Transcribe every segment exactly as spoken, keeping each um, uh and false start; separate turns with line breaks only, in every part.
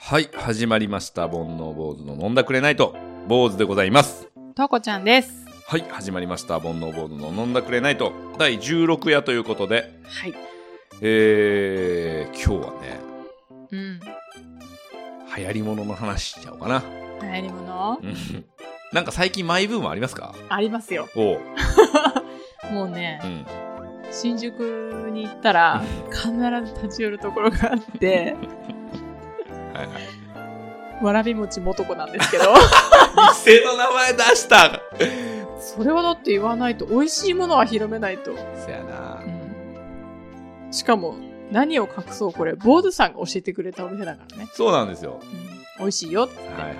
はい、始まりました。煩悩坊主の飲んだくれないと坊主でございます。
とこちゃんです。
はい、始まりました。煩悩坊主の飲んだくれないとだいじゅうろく夜ということで、
はい。
えー、今日はね、
うん。
流行り物の話しちゃおうかな。
流行り物？
なんか最近マイブームありますか？
ありますよ。
おう
もうね、
うん、
新宿に行ったら必ず立ち寄るところがあって
はいはい。
わらび餅もとこなんですけど
店の名前出した
それはだって言わないと、美味しいものは広めないと。
そやな、
うん、しかも何を隠そう、これ坊主さんが教えてくれたお店だからね。
そうなんですよ、
うん、美味しいよって、
はいはい、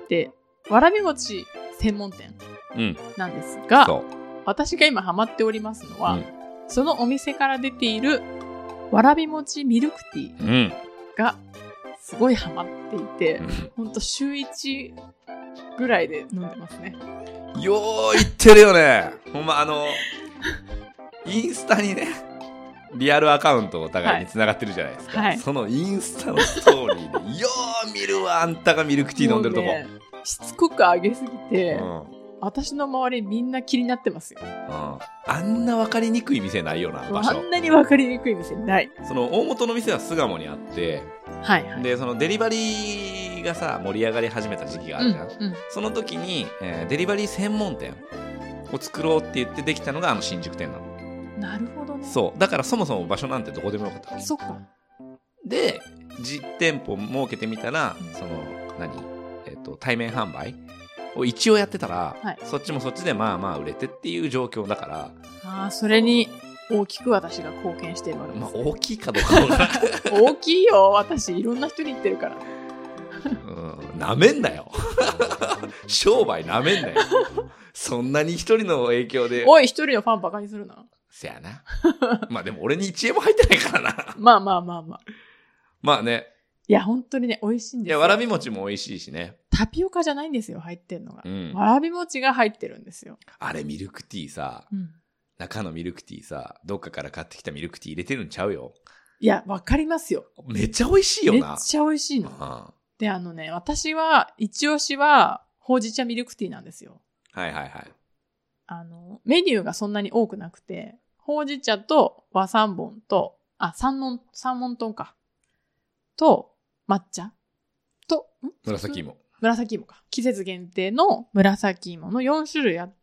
でわらび餅専門店なんですが、うん、そう私が今ハマっておりますのは、うん、そのお店から出ているわらび餅ミルクティーがすごいハマっていて、うん、ほんと週いちぐらいで飲んでますね。
よー言ってるよね。ほんまあのインスタにねリアルアカウントお互いに繋がってるじゃないですか、はい、そのインスタのストーリーでよー見るわ、あんたがミルクティー飲んでるとこ、ね、
しつこく上げすぎて、うん、私の周りみんな気になってますよ、うん、
あんな分かりにくい店ないよな、場所。
あんなに分かりにくい店ない。
その大元の店は巣鴨にあって、
はいはい、
でそのデリバリーがさ盛り上がり始めた時期があるじゃん、うんうん、その時に、えー、デリバリー専門店を作ろうって言ってできたのがあの新宿店なの。
なるほどね。
そうだからそもそも場所なんてどこでもよかった。
そっか。
で実店舗設けてみたら、その何、えーと、対面販売を一応やってたら、はい、そっちもそっちでまあまあ売れてっていう状況だから、あ
あ、それに大きく私が貢献してるわけです、ね。
まあ大きいかどうかも
大きいよ、私いろんな人に言ってるから。
うん、なめんなよ商売なめんなよそんなに一人の影響で。
おい、一人のファンバカにするな。
せやなまあでも俺にいちえんも入ってないからな
まあまあまあまあ
まあね。
いや本当にね、美味しいんですよ。
いやわらび餅も美味しいしね。
タピオカじゃないんですよ、入ってるのが、うん、わらび餅が入ってるんですよ。
あれミルクティーさ、うん、中のミルクティーさ、どっかから買ってきたミルクティー入れてるんちゃうよ。
いやわかりますよ。
めっちゃ美味しいよな。
めっちゃ美味しいの、うん、であのね、私は一押しはほうじ茶ミルクティーなんですよ。
はいはいはい。
あのメニューがそんなに多くなくて、ほうじ茶と和三盆と、あ、三門、三門豚か。と、抹茶と、ん
紫芋。
紫芋か。季節限定の紫芋のよん種類あって、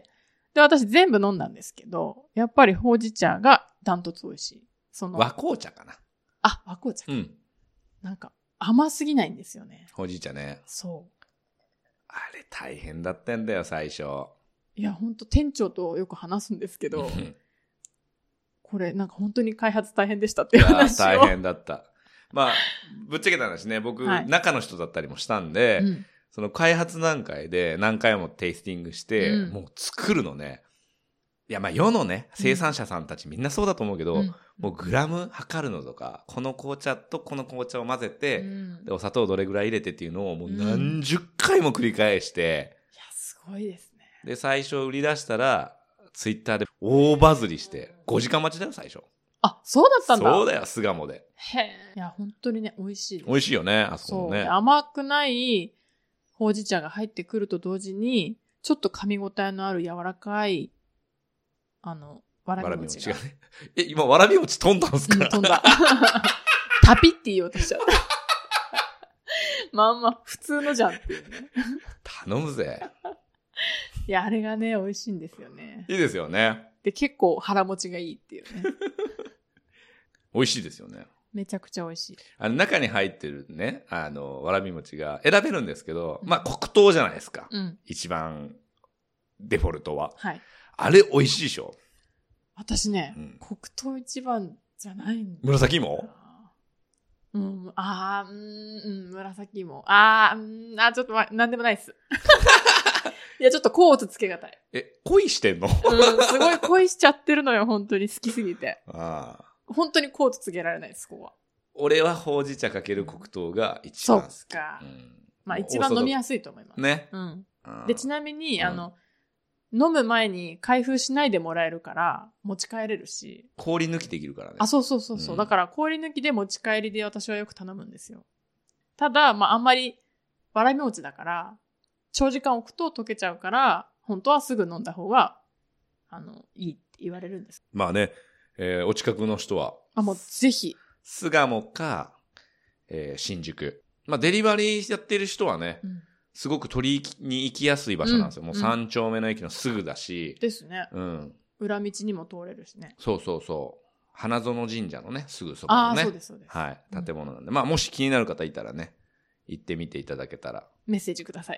で、私全部飲んだんですけど、やっぱりほうじ茶がダントツ美味しい。その
和紅茶かな。
あ、和紅茶か。うん。なんか、甘すぎないんですよね。
ほうじ茶ね。
そう。
あれ大変だったんだよ、最初。
いや、ほんと店長とよく話すんですけど、これなんか本当に開発大変でしたっていう話を。
いや大変だった。まあぶっちゃけた話ね、僕、はい、中の人だったりもしたんで、うん、その開発段階で何回もテイスティングして、うん、もう作るのね。いやまあ世のね生産者さんたちみんなそうだと思うけど、うん、もうグラム測るのとか、この紅茶とこの紅茶を混ぜて、うん、でお砂糖どれぐらい入れてっていうのをもう何十回も繰り返して、
いやすごいですね。
で最初売り出したらツイッターで大バズりしてごじかん待ちだよ最初。
あ、そうだったんだ。
そうだよ、巣鴨で。
へえ。いや本当にね美味しいです。
美味しいよね、あそこもね。
甘くないほうじ茶が入ってくると同時にちょっと噛み応えのある柔らかいあのわらび餅が。わらび餅がね。
え、今わらび餅飛んだんすか？
うん、飛んだ。タピって言おうとしちゃった。まあまあ普通のじゃんっていうね。
頼むぜ。
いやあれがね美味しいんですよね。
いいですよね。
で結構腹持ちがいいっていうね。
美味しいですよね。
めちゃくちゃ美味しい。
あの中に入ってるね、あのわらび餅が選べるんですけど、うん、まあ黒糖じゃないですか、うん、一番デフォルトは、はい、あれ美味しいでしょ。
私ね、うん、黒糖一番じゃないんだ。
紫芋？
うん、あー、うん、紫芋。あー、うん、あ、ちょっとま、なんでもないっす。いや、ちょっとコーツつけがたい。
え、恋してんの？うん、
すごい恋しちゃってるのよ、本当に好きすぎて。
ああ。
本当にコーツつけられないです、ここは。
俺はほうじ茶かける黒糖が一番好き。
そっか。うん、まあ一番飲みやすいと思います。
ね。
うん。で、ちなみに、うん、あの、飲む前に開封しないでもらえるから持ち帰れるし。
氷抜きできるからね。
あ、そうそうそうそう、うん。だから氷抜きで持ち帰りで私はよく頼むんですよ。 ただ、まああんまりわらび餅だから、長時間置くと溶けちゃうから、本当はすぐ飲んだ方が、あの、いいって言われるんです。
まあね、えー、お近くの人は。
あ、もうぜひ。
巣鴨か、えー、新宿。まあデリバリーやってる人はね、うん、すごく取りに行きやすい場所なんですよ。うん、もう三丁目の駅のすぐだし。
ですね。
うん。
裏道にも通れるしね。
そうそうそう。花園神社のね、すぐそばのね。
あ、そうですそうです。
はい。建物なんで。うん、まあもし気になる方いたらね、行ってみていただけたら。
メッセージください。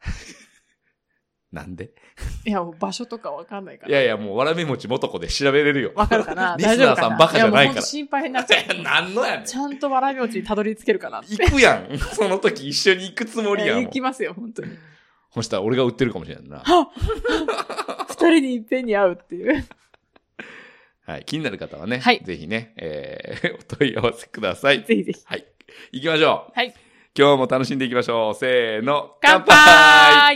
なんで
いや、場所とかわかんないから。
いやいや、もうわらび餅元子で調べれるよ。
わかるかな
リスナーさんバカじゃないから。いや、もう
心配になっちゃう。
なんのやねん。
ちゃんとわらび餅にたどり着けるかなって。
行くやん。その時一緒に行くつもりやん。
行きますよ、本当に。
そしたら俺が売ってるかもしれんな。
二人にいっぺんに会うっていう。
はい。気になる方はね、
はい、
ぜひね、えー、お問い合わせください。
ぜひぜひ。
はい。行きましょう。
はい。
今日も楽しんでいきましょう。せーの。
乾杯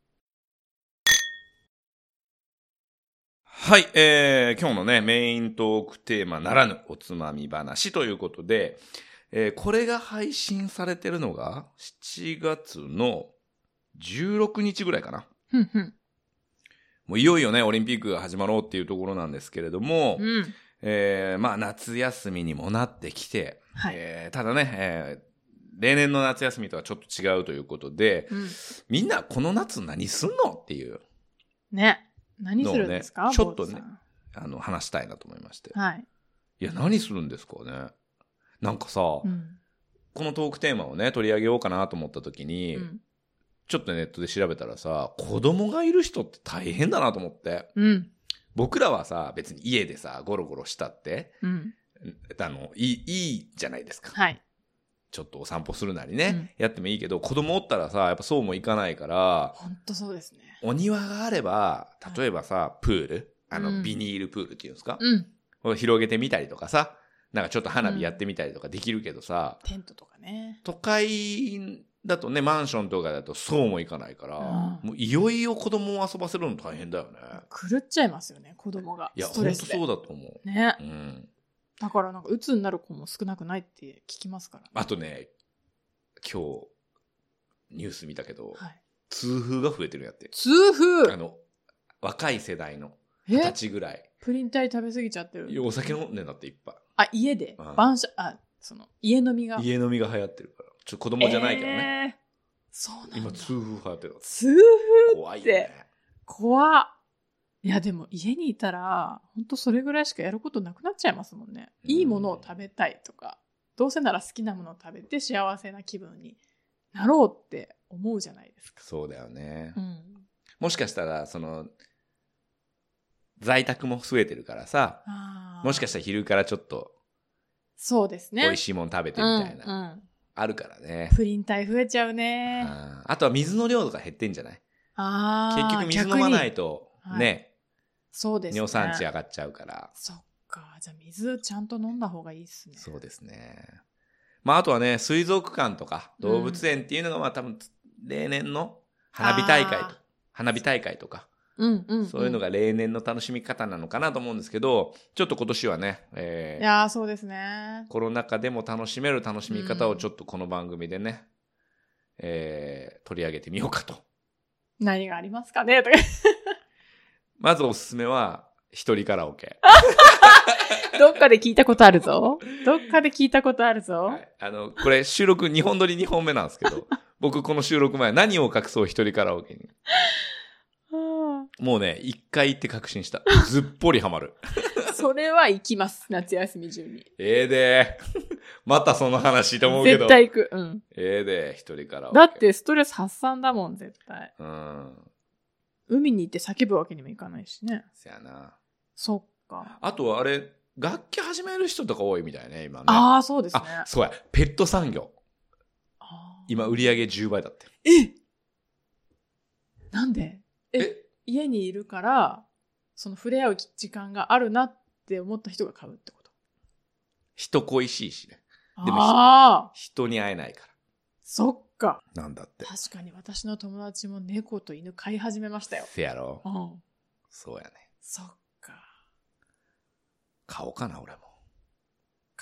はい、えー、今日のね、メイントークテーマならぬおつまみ話ということで、えー、これが配信されてるのがしちがつのじゅうろくにちぐらいかな。
ふんふん。
もういよいよね、オリンピックが始まろうっていうところなんですけれども、
うん、
えー、まあ夏休みにもなってきて、
はい、
えー、ただね、えー、例年の夏休みとはちょっと違うということで、うん、みんなこの夏何すんのっていう。
ね。何するんですか、
ね、ちょっとね、あの、話したいなと思いまして。
はい。
いや、何するんですかね。なんかさ、うん、このトークテーマをね、取り上げようかなと思った時に、うん、ちょっとネットで調べたらさ、子供がいる人って大変だなと思って。
うん、
僕らはさ、別に家でさ、ゴロゴロしたって、
うん、
あの、いい、いいじゃないですか。
はい。
ちょっとお散歩するなりね、うん、やってもいいけど、子供おったらさ、やっぱそうもいかないから、
ほんとそうですね。
お庭があれば、例えばさ、はい、プール、あの、うん、ビニールプールっていうんですか、うん、広げてみたりとかさ、なんかちょっと花火やってみたりとかできるけどさ、
うん、テントとかね。
都会だとね、マンションとかだとそうもいかないから、うん、もういよいよ子供を遊ばせるの大変だよね。
狂っちゃいますよね、子供が。
いや、ほんとそうだと思う。
ね。
うん。
だからなんか鬱になる子も少なくないって聞きますからね。
あとね、今日、ニュース見たけど、
はい、
痛風が増えてるんやって。
痛風
あの、若い世代の二十歳ぐらい。
プリン体食べ過ぎちゃってる。
いや、お酒飲んでんだっていっぱい。
あ、家で、うん、晩酌、あ、その、家飲みが。
家飲みが流行ってるから。ちょっと子供じゃないけどね。
えー、そうなんだ。
今、痛風流行ってる。
痛風って。
怖いよね。
怖っ。いや、でも家にいたら、ほんとそれぐらいしかやることなくなっちゃいますもんね。いいものを食べたいとか、どうせなら好きなものを食べて幸せな気分になろうって思うじゃないですか。
そうだよね。
うん、
もしかしたら、その、在宅も増えてるからさ、もしかしたら昼からちょっと、
そうですね。
美味しいもの食べてみたいな、うんうん、あるからね。
プリン体増えちゃうね。
あ, あとは水の量とか減ってんじゃない？
あ
結局水飲まないとね、はい、
そうですね。
尿酸値上がっちゃうから。
そっか。じゃあ水ちゃんと飲んだ方がいいっすね。
そうですね。まああとはね、水族館とか動物園っていうのがまあ多分例年の花火大会と、花火大会とか、
うんうんうん、
そういうのが例年の楽しみ方なのかなと思うんですけど、ちょっと今年はね、えー、
いやーそうですね。
コロナ禍でも楽しめる楽しみ方をちょっとこの番組でね、うん、えー、取り上げてみようかと。
何がありますかねとか
まずおすすめは一人カラオケ。
どっかで聞いたことあるぞ。どっかで聞いたことあるぞ。
はい、あのこれ収録にほん撮りにほんめなんですけど、僕この収録前何を隠そう一人カラオケに。もうね、一回行って確信した。ずっぽりハマる。
それは行きます。夏休み中に。
ええでー。またその話と思うけど。
絶対行く。うん。
ええでー、一人カラオケ。
だってストレス発散だもん、絶対。
うん。
海に行って叫ぶわけにもいかないしね。
そやな。
そっか。
あとはあれ、楽器始める人とか多いみたいね、今ね。
ああ、そうですね。
あ、そうや。ペット産業。あ今、売り上げじゅうばいだって。
えなんでえ
え
家にいるから、その触れ合う時間があるなって思った人が買うってこと？
人恋しいしね。でも
あ
人に会えないから。
そっか。
なんだって。
確かに私の友達も猫と犬飼い始めましたよ。
せやろ。
うん。
そうやね。
そっか。
買おうかな、俺も。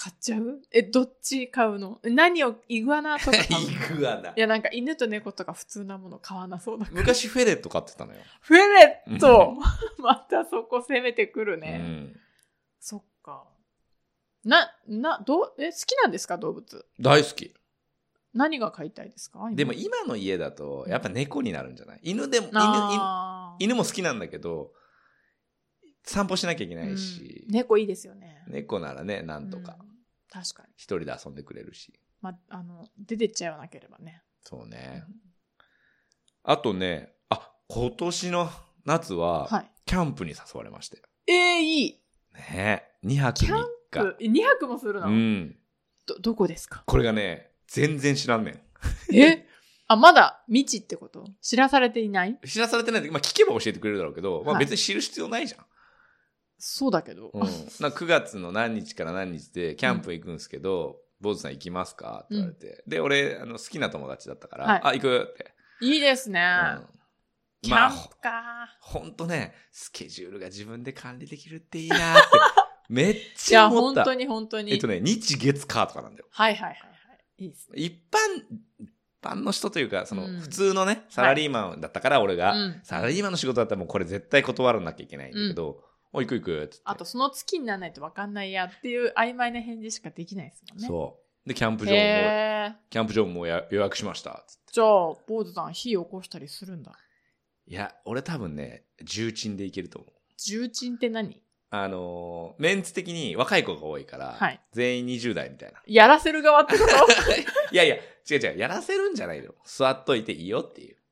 買っちゃう？え、どっち買うの？何を、イグアナとか買う
の？イグアナ。い
や、なんか犬と猫とか普通なもの買わなそうだから。
昔フェレット買ってたのよ。
フェレットまたそこ攻めてくるね。うん、そっか。な、な、どう、え、好きなんですか、動物？
大好き。
何が飼いたいですか？
でも今の家だと、やっぱ猫になるんじゃない？犬でも、犬、犬も好きなんだけど、散歩しなきゃいけないし、
うん、猫いいですよね。
猫ならね、なんとか、うん、
確かに
一人で遊んでくれるし、
まあの出てっちゃわなければね。
そうね、うん、あとね、あ、今年の夏はキャンプに誘われましたよ。
はい、えー、いい
ね。にはくみっか。
キャンプにはくもするの？うん。どどこですか？
これがね、全然知らんね
ん。え？あ、まだ未知ってこと？知らされていない？
知らされてない。まあ聞けば教えてくれるだろうけど、まあ別に知る必要ないじゃん。はい、
そうだけど。
うん。なんかくがつの何日から何日でキャンプ行くんですけど、坊主、うん、さん行きますかって言われて。うん、で、俺、あの、好きな友達だったから、はい、あ、行くって。
いいですね。うん、キャンプか、まあ。
ほんとね、スケジュールが自分で管理できるっていいなって。めっちゃ思った。
いや、本当に本当に。
えっとね、日月火とかなんだよ。
はいはいはいはい。いいですね。
一般、一般の人というか、その、普通のね、うん、サラリーマンだったから、俺が、はい、サラリーマンの仕事だったらもうこれ絶対断らなきゃいけないんだけど、うん、お、行く行くっつって。
あと、その月にならないと分かんないやっていう曖昧な返事しかできないですもんね。
そう。で、キャンプ場も、キャンプ場も予約しました。つって。
じゃあ、坊主さん火起こしたりするんだ。
いや、俺多分ね、重鎮でいけると思う。
重鎮って何？
あのー、メンツ的に若い子が多いから、はい、全員にじゅう代みたいな。
やらせる側ってこと？
いやいや、違う違う、やらせるんじゃないの。座っといていいよっていう。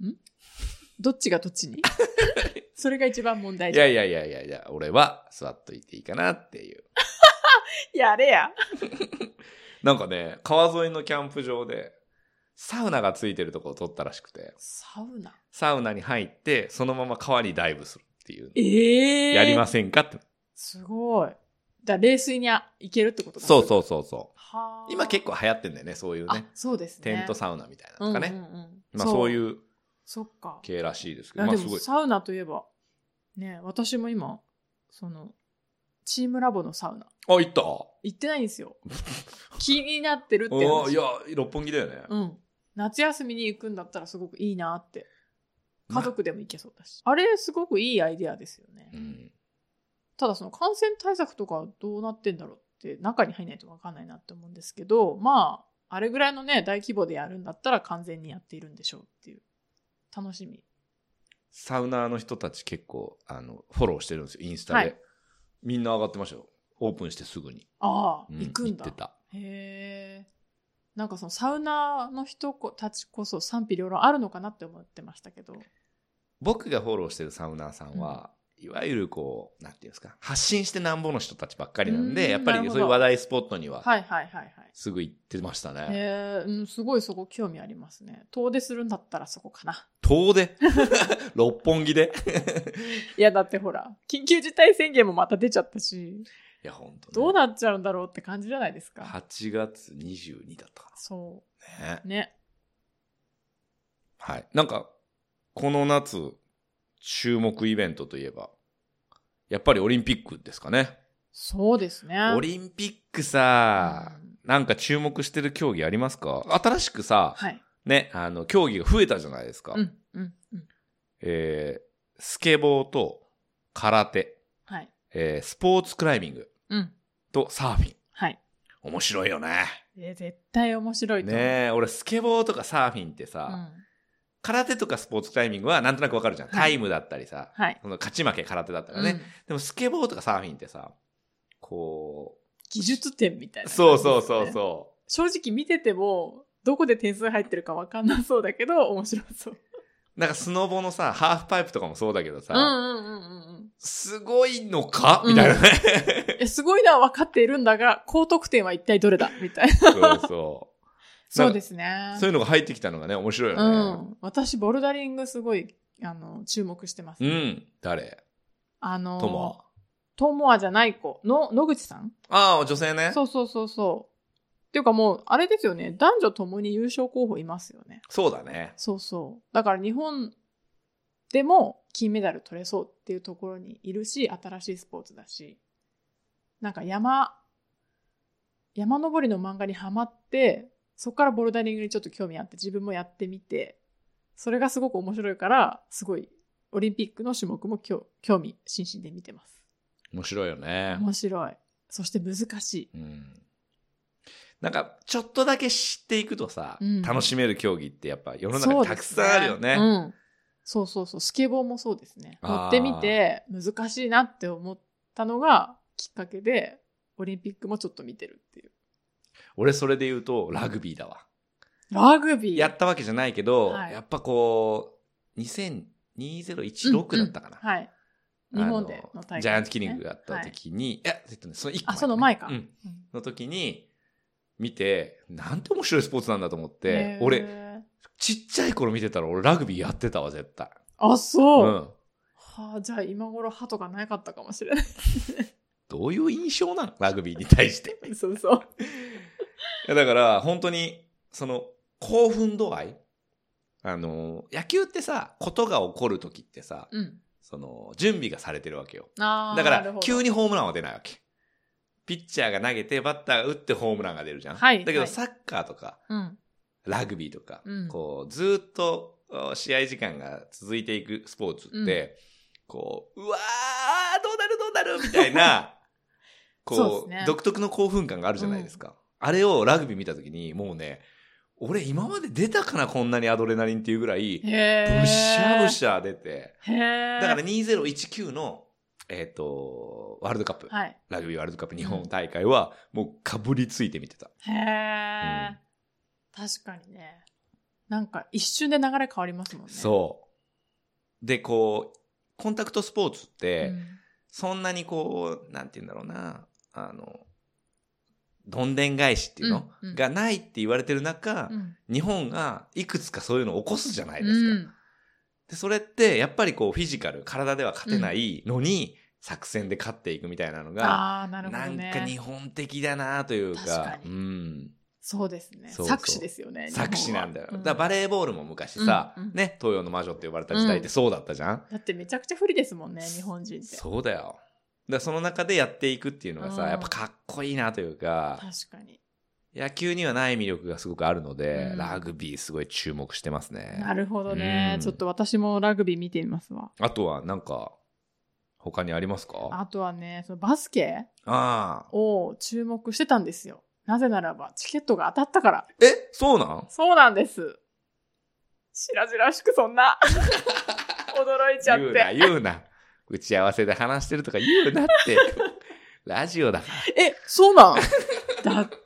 ん？どっちがどっちに？それが一番問題じゃん。
いやいやいやいやいや、俺は座っといていいかなっていう。
やれや。
なんかね、川沿いのキャンプ場で、サウナがついてるとこを撮ったらしくて。
サウナ？
サウナに入って、そのまま川にダイブするっていう。
ええー。
やりませんかって。
すごい。だ冷水に行けるってことだ。
そうそうそうそう。は今結構流行ってんだよね、そういうね。
そうですね。
テントサウナみたいなのとかね。うんうんうん、まあ
そ
そういう
そっか
系らしいですけど。
いや、
まあ、
でもサウナといえば、ね、私も今、その、チームラボのサウナ。
あ、行った？
行ってないんですよ。気になってるって話。
いや、六本木だよね。
うん。夏休みに行くんだったらすごくいいなって。家族でも行けそうだし。あれ、すごくいいアイデアですよね。うん、ただその感染対策とかどうなってんだろうって中に入んないと分かんないなって思うんですけど、まあ、あれぐらいのね、大規模でやるんだったら完全にやっているんでしょうっていう。楽しみ。
サウナーの人たち結構、あの、フォローしてるんですよ、インスタで。はい、みんな上がってましたよ。オープンしてすぐに。
ああ、うん、行くんだ。
行ってた。
へえ。なんかそのサウナーの人たちこそ賛否両論あるのかなって思ってましたけど。
僕がフォローしてるサウナーさんは、うん、いわゆるこう、なんていうんですか、発信してなんぼの人たちばっかりなんで、んやっぱりそういう話題スポットには、
はいはいはいはい。
すぐ行ってましたね。
へえ、うん、すごいそこ興味ありますね。遠出するんだったらそこかな。
遠出六本木で
いやだってほら、緊急事態宣言もまた出ちゃったし。
いや本当、ね、
どうなっちゃうんだろうって感じじゃないですか。
はちがつにじゅうにだったかな。
そう。
ね。
ね。
はい。なんか、この夏、注目イベントといえば、やっぱりオリンピックですかね。
そうですね。
オリンピックさ、うん、なんか注目してる競技ありますか？新しくさ、はい、ね、あの、競技が増えたじゃないですか。
うんうんうん、
えー、スケボーと空手、
はい、
えー、スポーツクライミング、
うん、
とサーフィン。
はい。
面白いよね。
え、絶対面白いと思う。
ねえ、俺スケボーとかサーフィンってさ、うん、空手とかスポーツクライミングはなんとなくわかるじゃん。はい、タイムだったりさ、はい、その勝ち負け空手だったらね、うん。でもスケボーとかサーフィンってさ、こう。
技術点みたいな、ね。
そうそうそうそう。
正直見てても、どこで点数入ってるかわかんなそうだけど、面白そう。
なんかスノボのさ、ハーフパイプとかもそうだけどさ、
うんうんうんうん、
すごいのか、うん、みたいなね
え。すごいのは分かっているんだが、高得点は一体どれだみたいな。
そうそう。
そうですね。
そういうのが入ってきたのがね、面白いよね。
うん。私、ボルダリングすごい、あの、注目してます、
ね。うん。誰？
あの、
トモア。
トモアじゃない子の、野口さん？
ああ、女性ね。
そうそうそうそう。っていうかもう、あれですよね。男女ともに優勝候補いますよね。
そうだね。
そうそう。だから日本でも金メダル取れそうっていうところにいるし、新しいスポーツだし。なんか山、 山登りの漫画にハマって、そこからボルダリングにちょっと興味あって自分もやってみて、それがすごく面白いから、すごいオリンピックの種目も興味津々で見てます。
面白いよね。
面白い。そして難しい。
うん、なんかちょっとだけ知っていくとさ、うん、楽しめる競技ってやっぱ世の中にたくさんあるよね。
そうですね。うん、そうそうそう。スケボーもそうですね。乗ってみて難しいなって思ったのがきっかけで、オリンピックもちょっと見てるっていう。
俺それで言うとラグビーだわ。
ラグビー
やったわけじゃないけど、はい、やっぱこうにせんにじゅういちろくだったかな、
うんうん、はい、日本での大会、ね、
ジャイアントキリングがあった時に、はい、いや、えっとね、そのいっこまえ、ね、
あ、その前か、
うん、の時に見て、なんて面白いスポーツなんだと思って、俺ちっちゃい頃見てたら俺ラグビーやってたわ絶対。
あ、そう、うん、はあ、じゃあ今頃歯とかなかったかもしれない
どういう印象なのラグビーに対して
そうそう
いやだから本当にその興奮度合い、あの野球ってさ、ことが起こる時ってさ、うん、その準備がされてるわけよ。あ、だから急にホームランは出ないわけ。ピッチャーが投げてバッターが打ってホームランが出るじゃん、はい、だけどサッカーとか、はい、ラグビーとか、うん、こうずっと試合時間が続いていくスポーツって、うん、こううわーどうなるどうなるみたいなこう、ね、独特の興奮感があるじゃないですか、うん、あれをラグビー見た時にもうね、俺今まで出たかなこんなにアドレナリンっていうぐらいブシャブシャ出て、へだからにせんじゅうきゅうのえっ、ー、とワールドカップ、はい、ラグビーワールドカップ日本大会はもうかぶりついて見てた。
へー、うん、確かにね、なんか一瞬で流れ変わりますもんね。
そうで、こうコンタクトスポーツって、うん、そんなにこうなんて言うんだろうな、あのどんでん返しっていうの、うんうん、がないって言われてる中、うん、日本がいくつかそういうのを起こすじゃないですか、うん、でそれってやっぱりこうフィジカル、体では勝てないのに、うん、作戦で勝っていくみたいなのが、あー、なるほどね、なんか日本的だなというか、確かに、うん、
そうですね、そうそう、作詞ですよね、
作詞なんだよ、うん、だからバレーボールも昔さ、うんうん、ね、東洋の魔女って呼ばれた時代ってそうだったじゃん、うん、
だってめちゃくちゃ不利ですもんね、日本人って。
そうだよ。だその中でやっていくっていうのがさ、やっぱかっこいいなというか、
確かに
野球にはない魅力がすごくあるので、うん、ラグビーすごい注目してますね。
なるほどね、うん、ちょっと私もラグビー見てみますわ。
あとはなんか他にありますか？
あとはね、そのバスケを注目してたんですよ。なぜならばチケットが当たったから。
え、そうなん？
そうなんです。白々しくそんな驚いちゃって。
言うな言うな。打ち合わせで話してるとか言うなって。ラジオだから。
え、そうなん？だって、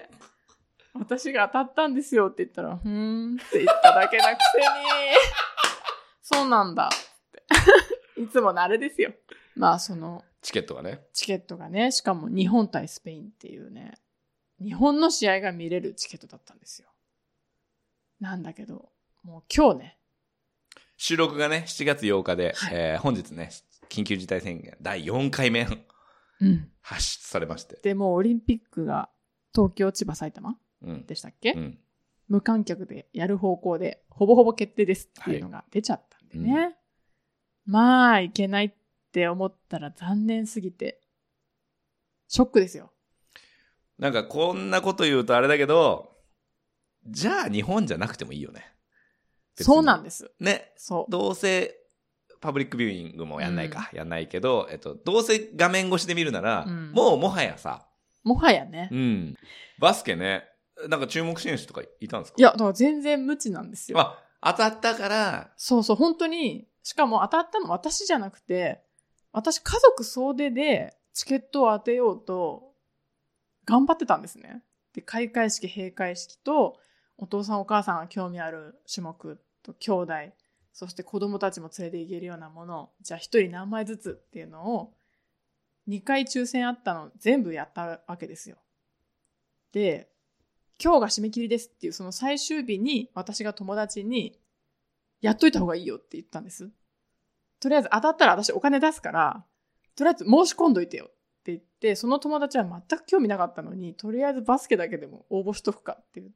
私が当たったんですよって言ったら、ふーんって言っただけなくせに、そうなんだって。いつものあれですよ。まあその、
チケットがね。
チケットがね、しかも日本対スペインっていうね、日本の試合が見れるチケットだったんですよ。なんだけど、もう今日ね。
収録がね、しちがつようかで、はい、えー、本日ね、緊急事態宣言だいよんかいめ、うん、発出されまして。
で、もうオリンピックが東京、千葉、埼玉、うん、でしたっけ、うん、無観客でやる方向でほぼほぼ決定ですっていうのが出ちゃったんでね。はい、うん、まあ、いけないって思ったら残念すぎて、ショックですよ。
なんかこんなこと言うとあれだけど、じゃあ日本じゃなくてもいいよね。
そうなんです。
ね。そう。どうせパブリックビューイングもやんないか、うん、やんないけど、えっと、どうせ画面越しで見るなら、うん、もうもはやさ。
もはやね。
うん。バスケね、なんか注目選手とかいたんですか？
いや、だから全然無知なんですよ。
あ、当たったから。
そうそう、本当に、しかも当たったの私じゃなくて、私家族総出でチケットを当てようと頑張ってたんですね。で、開会式、閉会式と、お父さんお母さんが興味ある種目と兄弟、そして子供たちも連れて行けるようなもの、じゃあ一人何枚ずつっていうのをにかい抽選あったの全部やったわけですよ。で、今日が締め切りですっていうその最終日に私が友達にやっといた方がいいよって言ったんです。とりあえず当たったら私お金出すから、とりあえず申し込んどいてよって言って、その友達は全く興味なかったのに、とりあえずバスケだけでも応募しとくかって言って、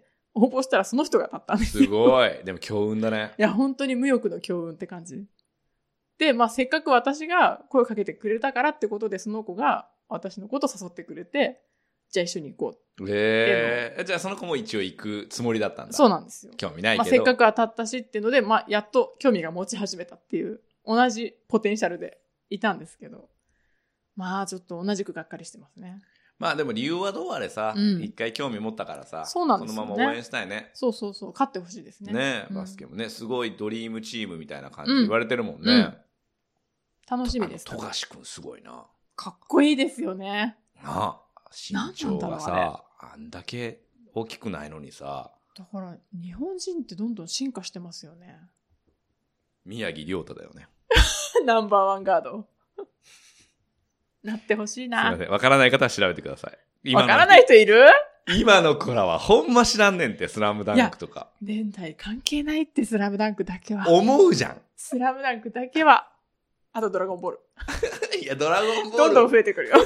応募したらその人が当たったんですよ。
すごい。でも強運だね。
いや、本当に無欲の強運って感じ。で、まあせっかく私が声をかけてくれたからってことで、その子が私のことを誘ってくれて、 じゃあ一緒に行こう。
へえー。じゃあその子も一応行くつもりだったんだ。
そうなんですよ。
興味ないけど。
まあ、せっかく当たったしっていうので、まあ、やっと興味が持ち始めたっていう、同じポテンシャルでいたんですけど、まあ、ちょっと同じくがっかりしてますね。
まあでも理由はどうあれさ、うん、一回興味持ったからさ、
そうなんですよね。
そのまま応援したいね。
そうそうそう、勝ってほしいですね。
ね、うん、バスケもね、すごいドリームチームみたいな感じで言われてるもんね。うんうん、
楽しみです。
富樫くんすごいな。
かっこいいですよね。
なあ、身長がさ、あんだけ大きくないのにさ。
だから日本人ってどんどん進化してますよね。
宮城亮太だよね。
ナンバーワンガード。なってほしいな。
すいません。わからない方は調べてください。
わからない人いる？
今の子らはほんま知らんねんって、スラムダンクとか。
年代関係ないって、スラムダンクだけは。
思うじゃん。
スラムダンクだけは。あとドラゴンボール。
いや、ドラゴンボール。
どんどん増えてくるよ。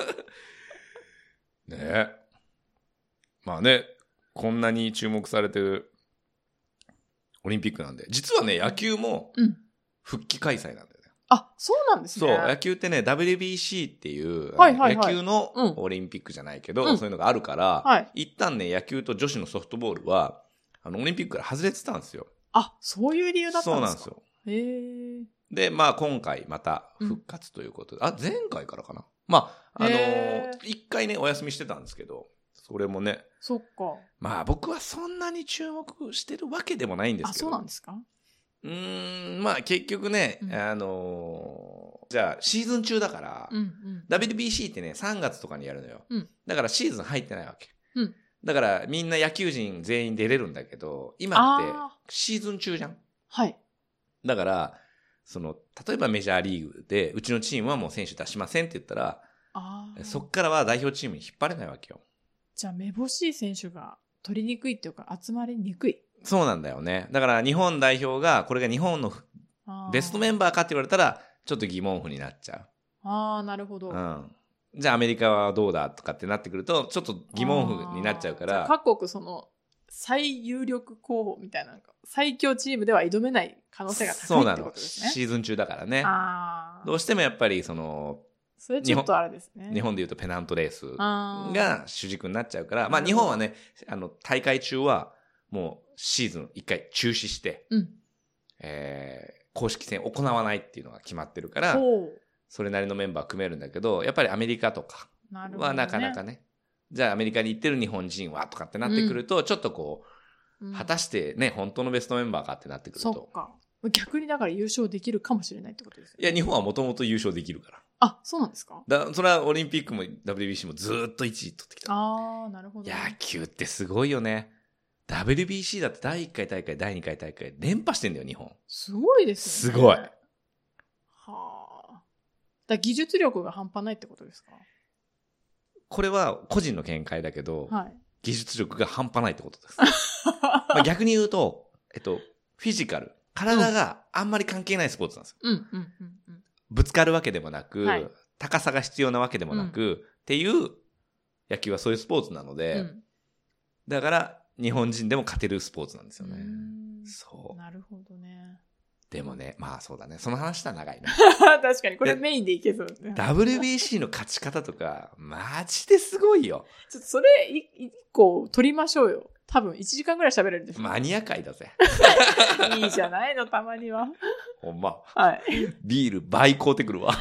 ねえ。まあね、こんなに注目されてるオリンピックなんで。実はね、野球も復帰開催なんだよね。
うん、あ、そうなんですね。
そう、野球ってね、ダブリュービーシー っていう、はいはいはい、野球のオリンピックじゃないけど、うん、そういうのがあるから、はい、一旦ね、野球と女子のソフトボールは、あの、オリンピックから外れてたんですよ。
あ、そういう理由だったんですか？
そうなん
ですよ。へー。
で、まあ今回また復活ということで、うん、あ、前回からかな。まあ、あのー、一回ね、お休みしてたんですけど、それもね。
そっか。
まあ僕はそんなに注目してるわけでもないんですけど。
あ、そうなんですか？
うーん、まあ結局ね、うん、あのー、じゃあシーズン中だから、うんうん、ダブリュービーシー ってね、さんがつとかにやるのよ。うん、だからシーズン入ってないわけ。うん、だからみんな野球人全員出れるんだけど、今ってシーズン中じゃん。
はい。
だから、その、例えばメジャーリーグで、うちのチームはもう選手出しませんって言ったら、あそっからは代表チームに引っ張れないわけよ。
じゃあ、めぼしい選手が取りにくいっていうか、集まりにくい。
そうなんだよね。だから日本代表が、これが日本のベストメンバーかって言われたら、ちょっと疑問符になっちゃう。
ああ、なるほど。
うん。じゃあアメリカはどうだとかってなってくると、ちょっと疑問符になっちゃうから。
各国その、最有力候補みたいな、最強チームでは挑めない可能性が高いってことですね。
そうなの。シーズン中だからね。あどうしてもやっぱりその、
それちょっとあれですね。
日本でいうとペナントレースが主軸になっちゃうから、まあ日本はね、あの、大会中はもうシーズン一回中止して、うん、えー、公式戦行わないっていうのが決まってるから、それなりのメンバー組めるんだけど、やっぱりアメリカとかはなかなかね、じゃあアメリカに行ってる日本人はとかってなってくると、うん、ちょっとこう、うん、果たしてね、本当のベストメンバーかってなってくると。
そっか。逆にだから優勝できるかもしれないってことですよね。
いや、日本はもともと優勝できるから。
あ、そうなんですか？
だそれはオリンピックも ダブリュービーシー もずーっといちい取ってきた。
ああ、なるほど、
ね。野球ってすごいよね。ダブリュービーシー だってだいいっかい大会、だいにかい大会連覇してんだよ、日本。
すごいです
よね。すごい。は
あ。だ技術力が半端ないってことですか？
これは個人の見解だけど、はい、技術力が半端ないってことです。まあ逆に言うと、えっと、フィジカル、体があんまり関係ないスポーツなんですよ。うんうんうんうん、ぶつかるわけでもなく、はい、高さが必要なわけでもなく、うん、っていう野球はそういうスポーツなので、うん、だから日本人でも勝てるスポーツなんですよね。そう。
なるほどね。
でもね、まあそうだね。その話したら長いな。
確かに、これメインでいけそうですね。
ダブリュービーシー の勝ち方とか、マジですごいよ。
ちょっとそれ、一個取りましょうよ。多分いちじかんぐらい喋れるんですよ。
マニア界だぜ。
いいじゃないの、たまには。
ほんま。
はい。
ビール倍買うてくるわ。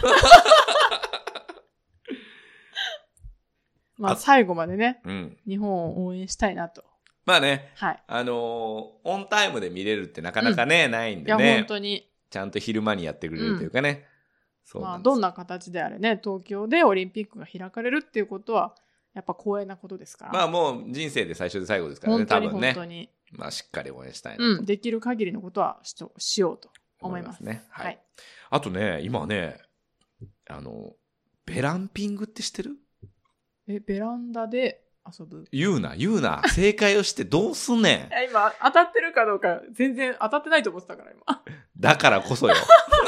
まあ最後までね、うん、日本を応援したいなと。
まあね、はい、あのー、オンタイムで見れるってなかなかね、うん、ないんでね。
いや、本当に。
ちゃんと昼間にやってくれるというかね。うん、
そうまあ、どんな形であれね、東京でオリンピックが開かれるっていうことは、やっぱ光栄なことですから。
まあもう人生で最初で最後ですからね、多分ね。
本当に。
まあしっかり応援したいなと。
うん、できる限りのことはしとしようと思います。
思いますね。はい。はい、あとね、今ね、あの、ベランピングって知ってる？
え、ベランダで遊ぶ？
言うな、言うな。正解をしてどうすんねん。
今、当たってるかどうか全然当たってないと思ってたから、今。
だからこそよ。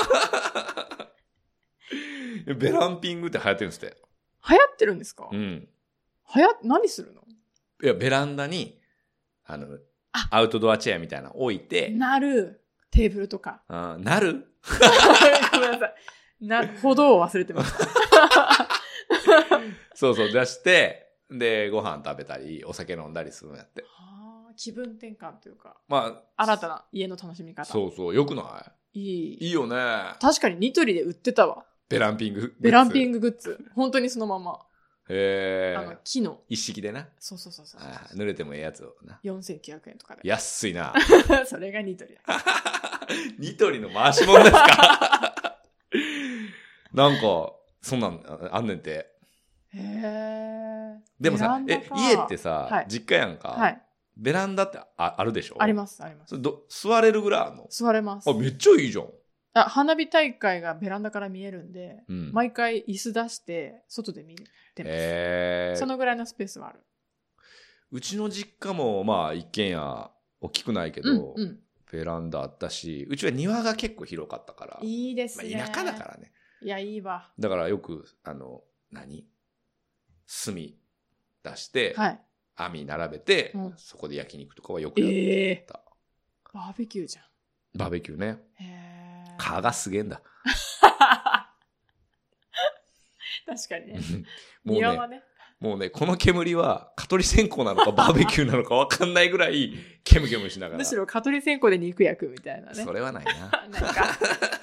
ベランピングって流行ってるんですって。
流行ってるんですか？
うん。
流行、何するの？
いや、ベランダに、あの、あアウトドアチェアみたいなの置いて。
なる。テーブルとか。
あなる
ごめんなさい。な、歩道を忘れてました。
そうそう、出して、 で、ご飯食べたり、お酒飲んだりするのやって。
はあ、気分転換というか。
ま
あ、新たな家の楽しみ方。
そうそう、よくない？いい。いいよね。
確かにニトリで売ってたわ。
ベランピンググッズ。
ベランピンググッズ。本当にそのまま。
へー。
あの、木の。
一式でな。
そうそうそうそう。
あ、濡れてもええやつをな。
よんせんきゅうひゃくえんとかで。
安いな。
それがニトリだ。
ニトリの回し物ですか？なんか、そんなんあんねんて。
へー。
でもさ、え、家ってさ、はい、実家やんか。
はい。
ベランダって あ, あるでしょ？
あります、あります。
ど座れるぐらいあるの？座
れます。
あ、めっちゃいいじゃん。
あ、花火大会がベランダから見えるんで、うん、毎回椅子出して外で見てます。えー、そのぐらいのスペースはある。
うちの実家もまあ一軒家大きくないけど、うんうん、ベランダあったし、うちは庭が結構広かったから。
いいですね。
まあ、田舎だからね。
いや、いいわ。
だからよく、あの、何？炭出して、はい、網並べて、うん、そこで焼肉とかはよくやった。えー、
バーベキューじゃん。
バーベキューね。へー。蚊がすげえんだ。
確かにね。
もうね、はね、もうね、この煙は蚊取り線香なのかバーベキューなのか分かんないぐらいケムケムしながら。
むしろ蚊取り線香で肉焼くみたいなね。
それはないな。なんか。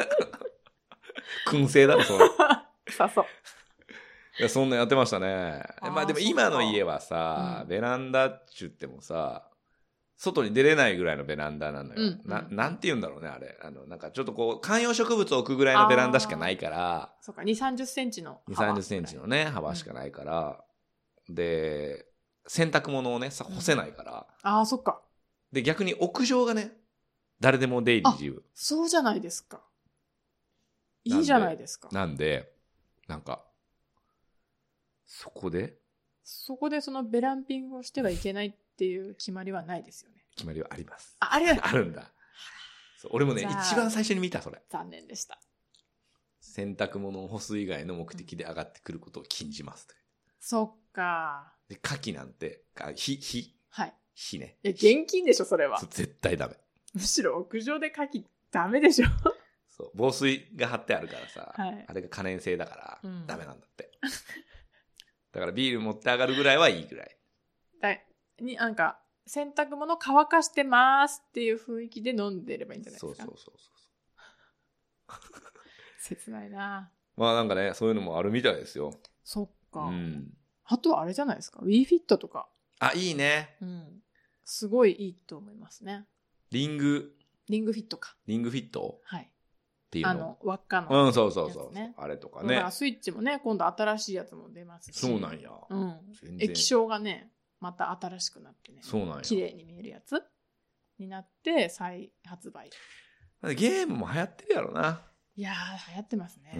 燻製だろ、それ。
さそう。
いや、そんなやってましたね。まあでも今の家はさ、うん、ベランダっちゅってもさ、外に出れないぐらいのベランダなのよ。うんうん、な, なんて言うんだろうね、あれ。あの、なんかちょっとこう、観葉植物を置くぐらいのベランダしかないから。
そうか、にじゅう、さんじゅっセンチの
幅。にじゅう、さんじゅっセンチのね、幅しかないから。うん、で、洗濯物をね、さ干せないから。うん、
ああ、そっか。
で、逆に屋上がね、誰でも出入り自由。
そうじゃないですか。いいじゃないですか。
なんで、なんか、そこで
そこでそのベランピングをしてはいけないっていう決まりはないですよね。
決まりはあります。
あ、あり
あるんだ。そう俺もね、一番最初に見た、それ。
残念でした。
洗濯物を干す以外の目的で上がってくることを禁じますと。
そっか。
で、牡蠣なんて、火、火。
はい。
火ね。
いや、現金でしょ、それは。
絶対ダメ。
むしろ屋上で牡蠣ダメでしょ。
そう。防水が貼ってあるからさ、
はい、
あれが可燃性だから、うん、ダメなんだって。だからビール持って上がるぐらいはいいぐらい。
だに、なんか、洗濯物乾かしてますっていう雰囲気で飲んでればいいんじゃないですか。そうそうそうそう。切ないな。
まあなんかね、そういうのもあるみたいですよ。
そっか。
うん。
あとはあれじゃないですか。WeFit とか。
あ、いいね。
うん。すごいいいと思いますね。
リング。
リングフィットか。
リングフィット？
はい。
っていうの。
あの、輪っかの、
ね。うん、そうそうそう。あれとかね。
だからスイッチもね、今度新しいやつも出ますし。
そうなんや。
うん。液晶がね、また新しくなってね。
そうなんや。
綺麗に見えるやつになって再発売。
ゲームも流行ってるやろな。
いやー、流行ってますね。
うん。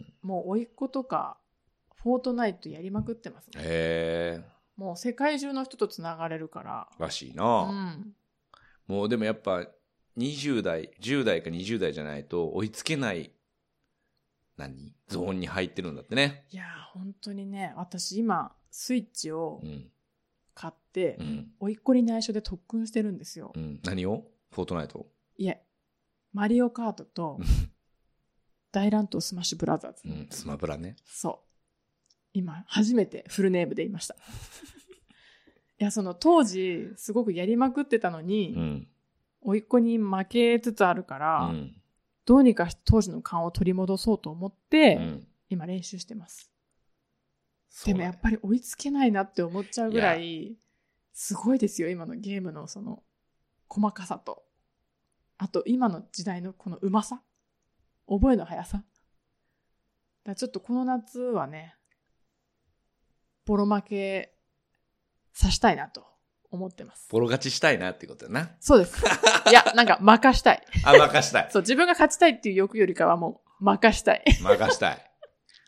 もう甥っ子とか、フォートナイトやりまくってますね。
へー。
もう世界中の人とつながれるから。
らしいな。
うん。
もうでもやっぱにじゅう代、じゅう代かにじゅう代じゃないと追いつけない何ゾーンに入ってるんだってね。
いやー本当にね、私今スイッチを買って、うん、甥っ子に内緒で特訓してるんですよ。
うん、何を？フォートナイト？
いえ、マリオカートと大乱闘スマッシュブラザーズ。
うん、スマブラね。
そう。今初めてフルネームで言いました。いや、その当時すごくやりまくってたのに、うん、甥っ子に負けつつあるから、うん、どうにかして当時の勘を取り戻そうと思って、うん、今練習してます。でもやっぱり追いつけないなって思っちゃうぐらいすごいですよ、今のゲームのその細かさと、あと今の時代のこのうまさ、覚えの速さだからちょっとこの夏はね、ボロ負けさしたいなと思ってます。
ボロ勝ちしたいなってことだな。
そうです。いや、なんか負かしたい。
あ、負かしたい。
そう、自分が勝ちたいっていう欲よりかはもう負かしたい。
負かしたい。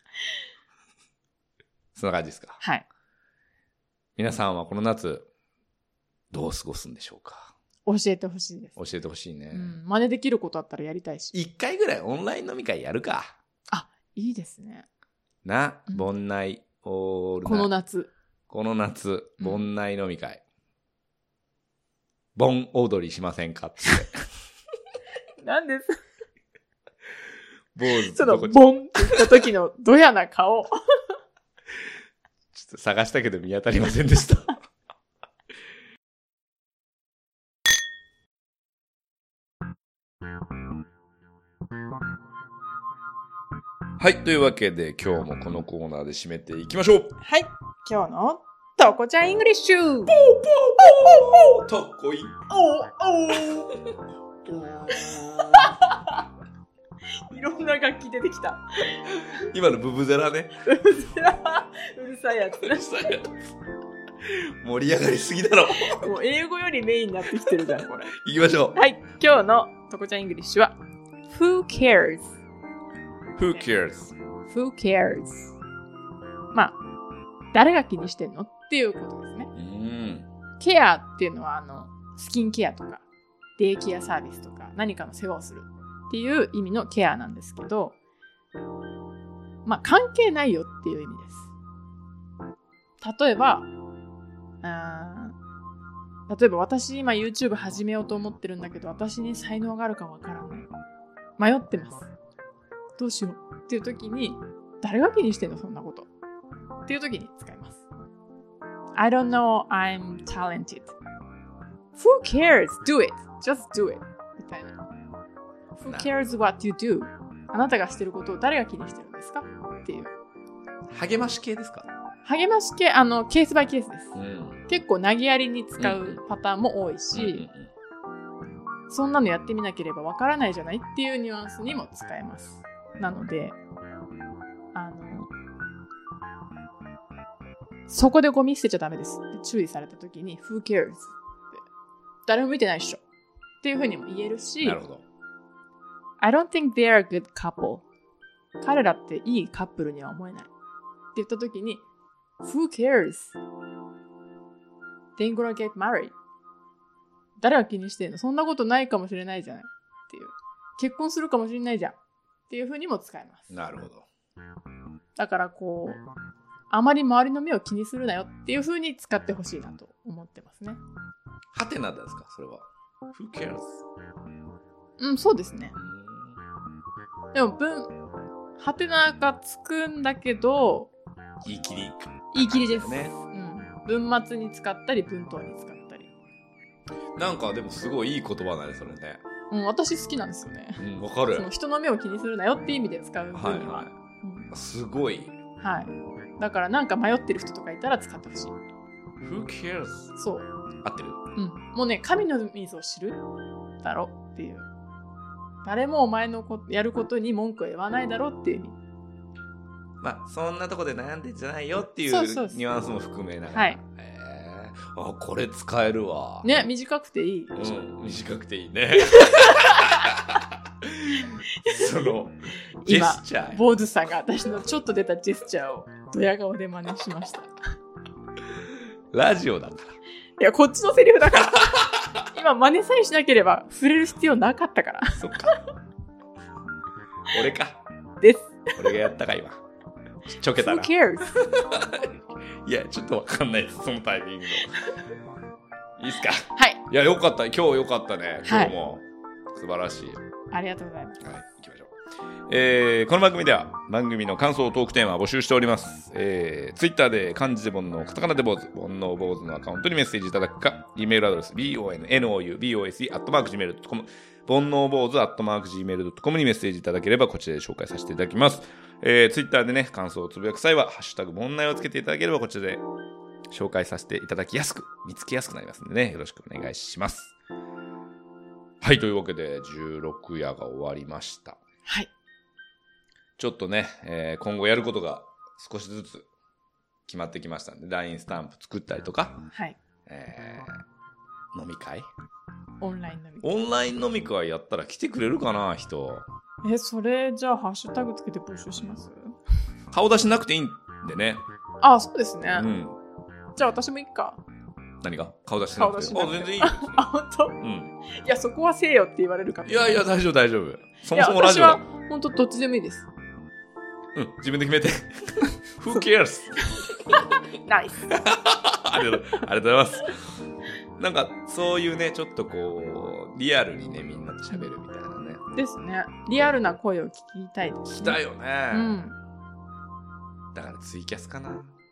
そんな感じですか。
はい。
皆さんはこの夏どう過ごすんでしょうか。
教えてほしいです。
教えてほしいね。
うん、真似できることあったらやりたいし。
一回ぐらいオンライン飲み会やるか。
あ、いいですね。
な、盆内、うん、オールナイト。
この夏。
この夏、盆内飲み会。盆、うん、踊りしませんかって。
何です
坊主
ちょっとボンって言った時のドヤな顔。
ちょっっと探したけど見当たりませんでした。はい。というわけで、今日もこのコーナーで締めていきましょう。
はい。今日のとこちゃんイングリッシュ。ポーポーポ
ーポーとこい。
おおいろんな楽器出てきた。
今のブブゼラね。
ブブゼラ。うるさいやつ。
うるさいやつ。盛り上がりすぎだろ。
もう英語よりメインになってきてるじゃん、これ。
行きましょう。
はい。今日のとこちゃんイングリッシュは、Who cares?Who
cares?Who
cares? まあ、誰が気にしてんのっていうことですね。うん。ケアっていうのは、あの、スキンケアとか、デイケアサービスとか、何かの世話をするっていう意味のケアなんですけど、まあ、関係ないよっていう意味です。例えば、あ例えば私今 YouTube 始めようと思ってるんだけど、私に才能があるかわからない。迷ってます。どうしようっていう時に、誰が気にしてんのそんなことっていう時に使います。I don't know, I'm talented. Who cares? Do it. Just do it. みたいな。Who cares what you do? あなたがしてることを誰が気にしてるんですかっていう。
励まし系ですか？
励まし系、あの、ケースバイケースです。うん、結構投げやりに使うパターンも多いし、うんうんうん、そんなのやってみなければわからないじゃないっていうニュアンスにも使えます。なので、あの、そこでゴミ捨てちゃダメですって注意されたときに Who cares? って誰も見てないっしょっていうふうにも言えるし、
なるほど。
I don't think they are a good couple. 彼らっていいカップルには思えないって言ったときに Who cares? They ain't gonna get married. 誰が気にしてんの？そんなことないかもしれないじゃないっていう。結婚するかもしれないじゃんっていうふうにも使えます。
なるほど。
だからこう、あまり周りの目を気にするなよっていうふうに使ってほしいなと思ってますね。
はてなですかそれは。Who cares?
うん、そうですね。でも文、はてながつくんだけど、
言い切り。
言い切りですね。うん。文末に使ったり、文頭に使ったり。
なんかでもすごいいい言葉だね、それね。
うん、私好きなんですよね。
うん、わかる。
その人の目を気にするなよって意味で使う分には。はいはい
うん、すごい。
はい。だからなんか迷ってる人とかいたら使ってほしい。
Who cares?
そう。
合ってる？
うん。もうね、神の水を知るだろっていう。誰もお前のこやることに文句を言わないだろっていう意味。
まあ、そんなとこで悩んでんじゃないよっていうニュアンスも含めながら。
はい。
えー、あ、これ使えるわ。
ね、短くていい。
うん、短くていいね。その、ジェスチャー。
今、坊主さんが私のちょっと出たジェスチャーをドヤ顔で真似しました。
ラジオだから。
いや、こっちのセリフだから。今、真似さえしなければ触れる必要なかったから。
そっか。俺か。
です。
俺がやったか、今。ちょけたら。
Who cares?
いや、ちょっとわかんないです、そのタイミングの。いいっすか？
はい。
いや、よかった。今日よかったね。今日も。はい、素晴らしい。
ありがとうございます。
はい、行きましょう。えー、この番組では番組の感想トークテーマを募集しております。えー、ツイッターで漢字で煩悩、カタカナで坊主、煩悩坊主のアカウントにメッセージいただくか、E メールアドレス ボノボーズ アットマークジーメールドットコム 煩悩坊主 アットマークジーメールドットコム にメッセージいただければこちらで紹介させていただきます。えー、ツイッターでね、感想をつぶやく際は、ハッシュタグ煩悩をつけていただければこちらで紹介させていただきやすく、見つけやすくなりますのでね、よろしくお願いします。はい、というわけでじゅうろく夜が終わりました。
はい。
ちょっとね、えー、今後やることが少しずつ決まってきましたんで、ライン スタンプ作ったりとか、
はい。
えー、飲み会？
オンライン飲み
会。オンライン飲み会やったら来てくれるかな、人。
え、それじゃあハッシュタグつけて募集します？
顔出しなくていいんでね。
ああ、そうですね。
うん。
じゃあ私もいいか。
何が？顔出しなくて。
顔出しなくて。
あ、全然いいよ。
あ、本当？
うん。
いや、そこはせえよって言われるかも。
いやいや、大丈夫、大丈夫。そもそもラジオだ。
いや、私は本当どっちでもいいです。
うん、自分で決めて。Who cares?
ナイス。
ありがとう、ありがとうございます。なんか、そういうね、ちょっとこう、リアルにね、みんなと喋るみたいなね。
ですね。リアルな声を聞きたいです、ね。
聞きたいよね。
うん。
だからツイキャスかな。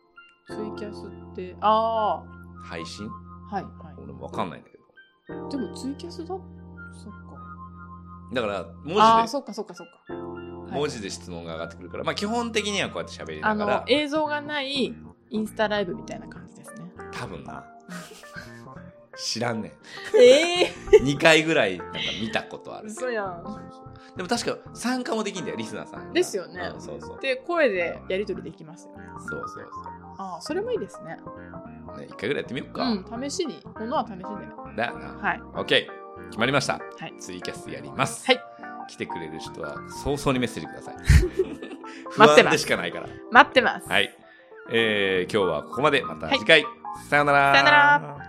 ツイキャスって、ああ。
配信？
はい、はい。
俺もわかんないんだけ
ど。でもツイキャスだ、そっか。
だから、文字で。
ああ、そっかそっかそっか。
文字で質問が上がってくるから、まあ基本的にはこうやって喋りながら。
あの、映像がないインスタライブみたいな感じですね。
多分な。知らんねん。
ええ
ー、にかいぐらいなんか見たことある。
嘘やん。
でも確か参加もできんだよ、リスナーさん。
ですよね。
うん、そうそう。
で、声でやり取りできますよね。
そうそうそう。
ああ、それもいいですね。
ね、一回ぐらいやってみようか。
うん、試しに。ものは試しで。
だよな。
はい。
オッケー。決まりました。
はい。
ツイキャスやります。
はい。
来てくれる人は早々にメッセージください。不
待ってます。
安でしかないから。
待ってます。
はい。えー、今日はここまで。また次回。はい、さよなら。
さよなら。